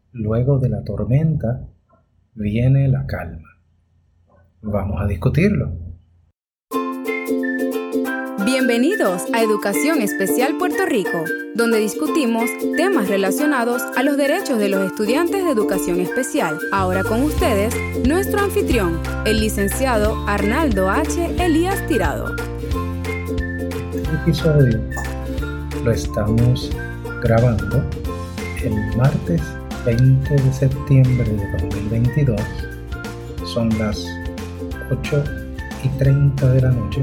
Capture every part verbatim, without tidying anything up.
Luego de la tormenta viene la calma. Vamos a discutirlo. Bienvenidos a Educación Especial Puerto Rico, donde discutimos temas relacionados a los derechos de los estudiantes de educación especial. Ahora con ustedes, nuestro anfitrión, el licenciado Arnaldo H. Elías Tirado. Este episodio lo estamos grabando el martes veinte de septiembre de dos mil veintidós. Son las ocho y treinta de la noche.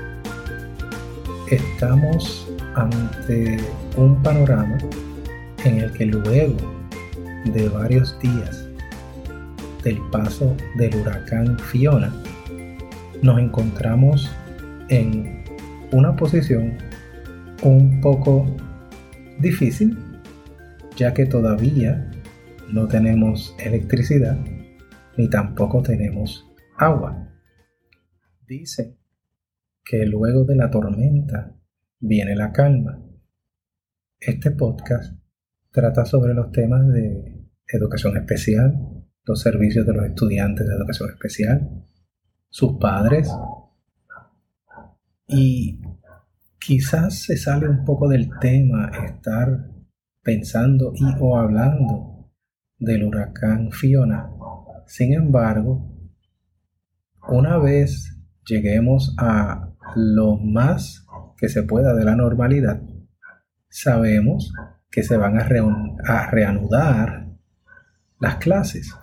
Estamos ante un panorama en el que luego de varios días del paso del huracán Fiona, nos encontramos en una posición un poco difícil, ya que todavía no tenemos electricidad ni tampoco tenemos agua. Dice que luego de la tormenta viene la calma. Este podcast trata sobre los temas de educación especial, los servicios de los estudiantes de educación especial, sus padres, y quizás se sale un poco del tema estar pensando y o hablando del huracán Fiona. Sin embargo, una vez lleguemos a lo más que se pueda de la normalidad, sabemos que se van a, reun- a reanudar las clases.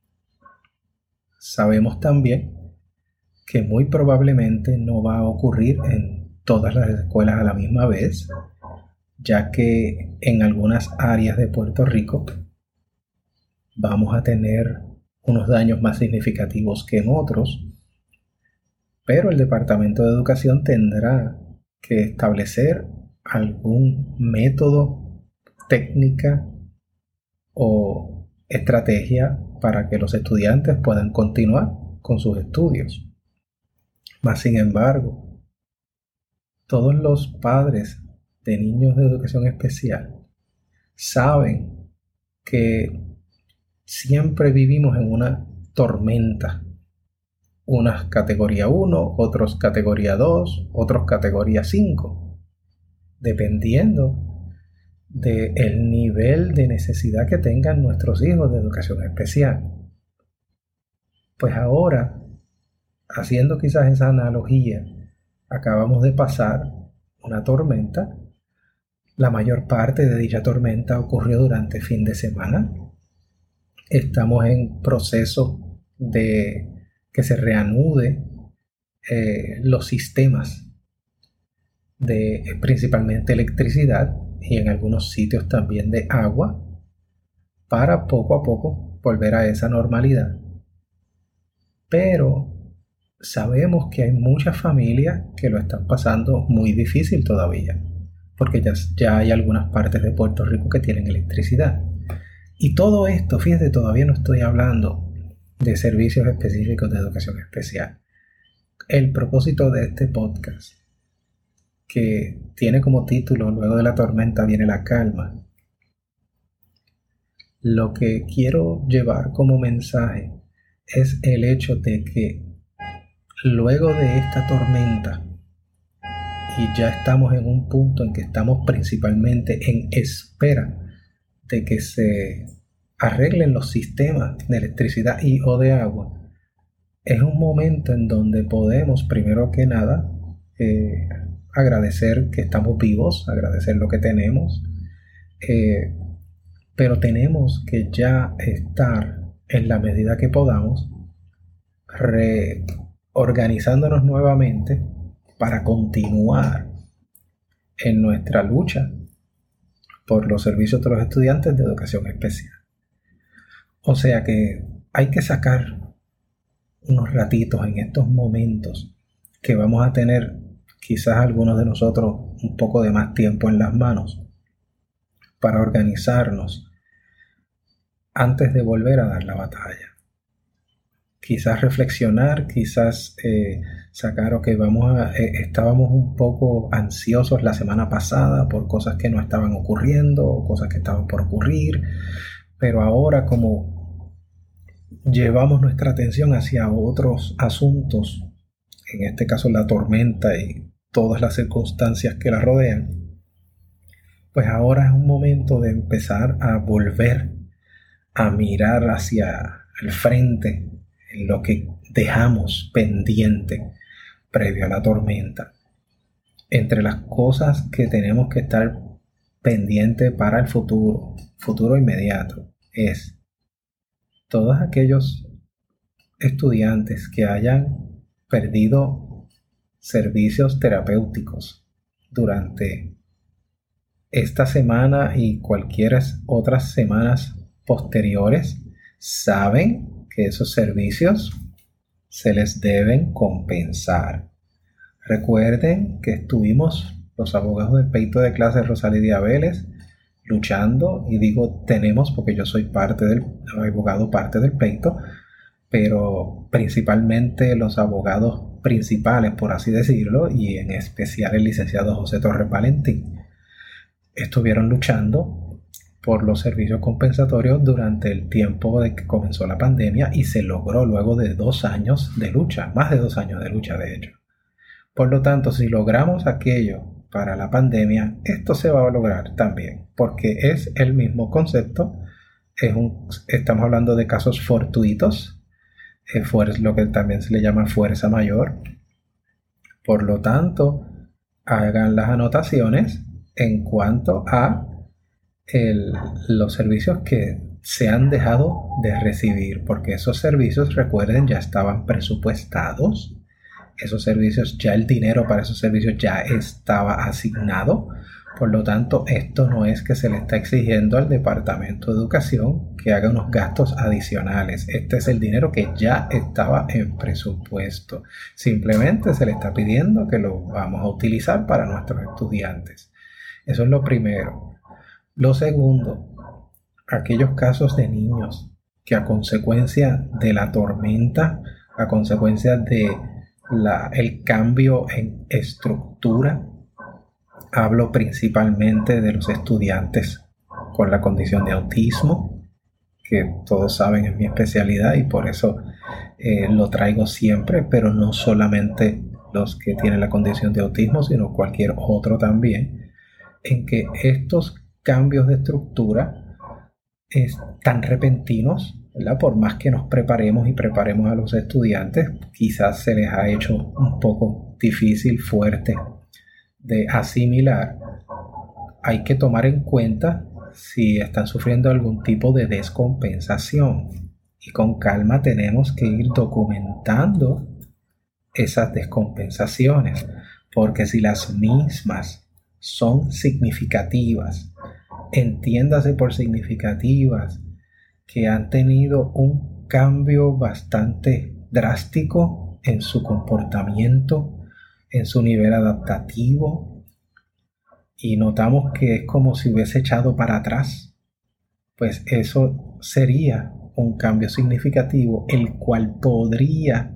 Sabemos también que muy probablemente no va a ocurrir en todas las escuelas a la misma vez, ya que en algunas áreas de Puerto Rico vamos a tener unos daños más significativos que en otros, pero el Departamento de Educación tendrá que establecer algún método, técnica o estrategia para que los estudiantes puedan continuar con sus estudios. Mas, sin embargo, todos los padres de niños de educación especial saben que siempre vivimos en una tormenta. Unas categoría uno, otros categoría dos, otros categoría cinco, dependiendo del nivel de necesidad que tengan nuestros hijos de educación especial. Pues ahora, haciendo quizás esa analogía, acabamos de pasar una tormenta. La mayor parte de dicha tormenta ocurrió durante fin de semana. Estamos en proceso de que se reanude eh, los sistemas de principalmente electricidad y en algunos sitios también de agua, para poco a poco volver a esa normalidad. Pero sabemos que hay muchas familias que lo están pasando muy difícil todavía, porque ya, ya hay algunas partes de Puerto Rico que tienen electricidad. Y todo esto, fíjense, todavía no estoy hablando de servicios específicos de educación especial. El propósito de este podcast, que tiene como título Luego de la tormenta viene la calma, lo que quiero llevar como mensaje es el hecho de que luego de esta tormenta, y ya estamos en un punto en que estamos principalmente en espera de que se arreglen los sistemas de electricidad y o de agua, es un momento en donde podemos, primero que nada, eh, agradecer que estamos vivos, agradecer lo que tenemos, eh, pero tenemos que ya estar, en la medida que podamos, reorganizándonos nuevamente para continuar en nuestra lucha por los servicios de los estudiantes de educación especial. O sea que hay que sacar unos ratitos en estos momentos que vamos a tener quizás algunos de nosotros un poco de más tiempo en las manos para organizarnos antes de volver a dar la batalla. Quizás reflexionar, quizás eh, sacar o que vamos a, eh, estábamos un poco ansiosos la semana pasada por cosas que no estaban ocurriendo o cosas que estaban por ocurrir, Pero ahora, como llevamos nuestra atención hacia otros asuntos, en este caso la tormenta y todas las circunstancias que la rodean, pues ahora es un momento de empezar a volver a mirar hacia el frente en lo que dejamos pendiente previo a la tormenta. Entre las cosas que tenemos que estar pendientes para el futuro, futuro inmediato, es todos aquellos estudiantes que hayan perdido servicios terapéuticos durante esta semana y cualquier otras semanas posteriores, saben que esos servicios se les deben compensar. Recuerden que estuvimos los abogados del pleito de clase Rosalía Vélez luchando, y digo tenemos porque yo soy parte del abogado, parte del pleito, pero principalmente los abogados principales, por así decirlo, y en especial el licenciado José Torres Valentín, estuvieron luchando por los servicios compensatorios durante el tiempo de que comenzó la pandemia, y se logró luego de dos años de lucha, más de dos años de lucha de hecho. Por lo tanto, si logramos aquello para la pandemia, esto se va a lograr también, porque es el mismo concepto. Es un, estamos hablando de casos fortuitos, eh, fuerza, lo que también se le llama fuerza mayor. Por lo tanto, hagan las anotaciones en cuanto a el, los servicios que se han dejado de recibir, porque esos servicios, recuerden, ya estaban presupuestados. Esos servicios, ya el dinero para esos servicios ya estaba asignado. Por lo tanto, esto no es que se le está exigiendo al Departamento de Educación que haga unos gastos adicionales. Este es el dinero que ya estaba en presupuesto. Simplemente se le está pidiendo que lo vamos a utilizar para nuestros estudiantes. Eso es lo primero. Lo segundo, aquellos casos de niños que a consecuencia de la tormenta, a consecuencia de La, el cambio en estructura, hablo principalmente de los estudiantes con la condición de autismo, que todos saben es mi especialidad y por eso eh, lo traigo siempre, pero no solamente los que tienen la condición de autismo, sino cualquier otro también, en que estos cambios de estructura es tan repentinos, ¿verdad? Por más que nos preparemos y preparemos a los estudiantes, quizás se les ha hecho un poco difícil, fuerte de asimilar. Hay que tomar en cuenta si están sufriendo algún tipo de descompensación, y con calma tenemos que ir documentando esas descompensaciones, porque si las mismas son significativas, entiéndase por significativas, que han tenido un cambio bastante drástico en su comportamiento, en su nivel adaptativo, y notamos que es como si hubiese echado para atrás, pues eso sería un cambio significativo, el cual podría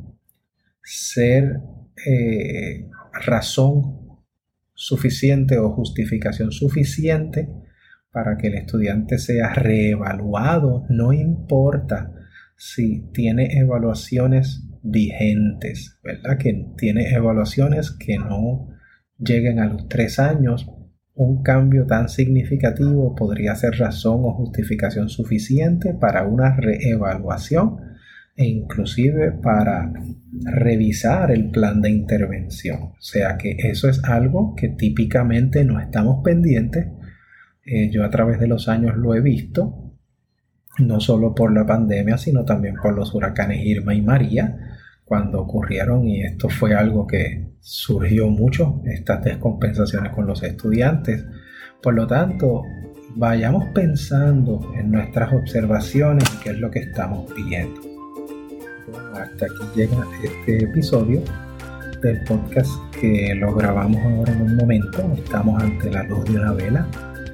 ser eh, razón suficiente o justificación suficiente para que el estudiante sea reevaluado. No importa si tiene evaluaciones vigentes, ¿verdad? Que tiene evaluaciones que no lleguen a los tres años. Un cambio tan significativo podría ser razón o justificación suficiente para una reevaluación e inclusive para revisar el plan de intervención. O sea que eso es algo que típicamente no estamos pendientes. Eh, yo a través de los años lo he visto, no solo por la pandemia, sino también por los huracanes Irma y María, cuando ocurrieron, y esto fue algo que surgió mucho, estas descompensaciones con los estudiantes. Por lo tanto, vayamos pensando en nuestras observaciones y qué es lo que estamos viendo. Bueno, hasta aquí llega este episodio del podcast, que lo grabamos ahora en un momento. Estamos ante la luz de una vela.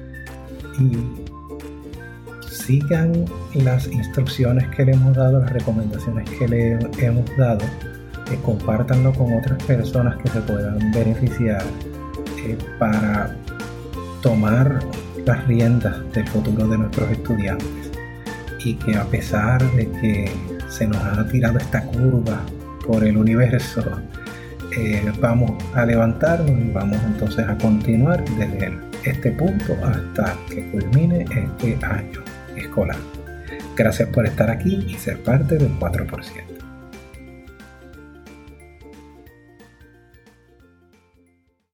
Y sigan las instrucciones que le hemos dado, las recomendaciones que le hemos dado, eh, compártanlo con otras personas que se puedan beneficiar eh, para tomar las riendas del futuro de nuestros estudiantes. y que a pesar de que se nos ha tirado esta curva por el universo, eh, vamos a levantarnos y vamos entonces a continuar desde este punto hasta que culmine este año escolar. Gracias por estar aquí y ser parte del cuatro por ciento.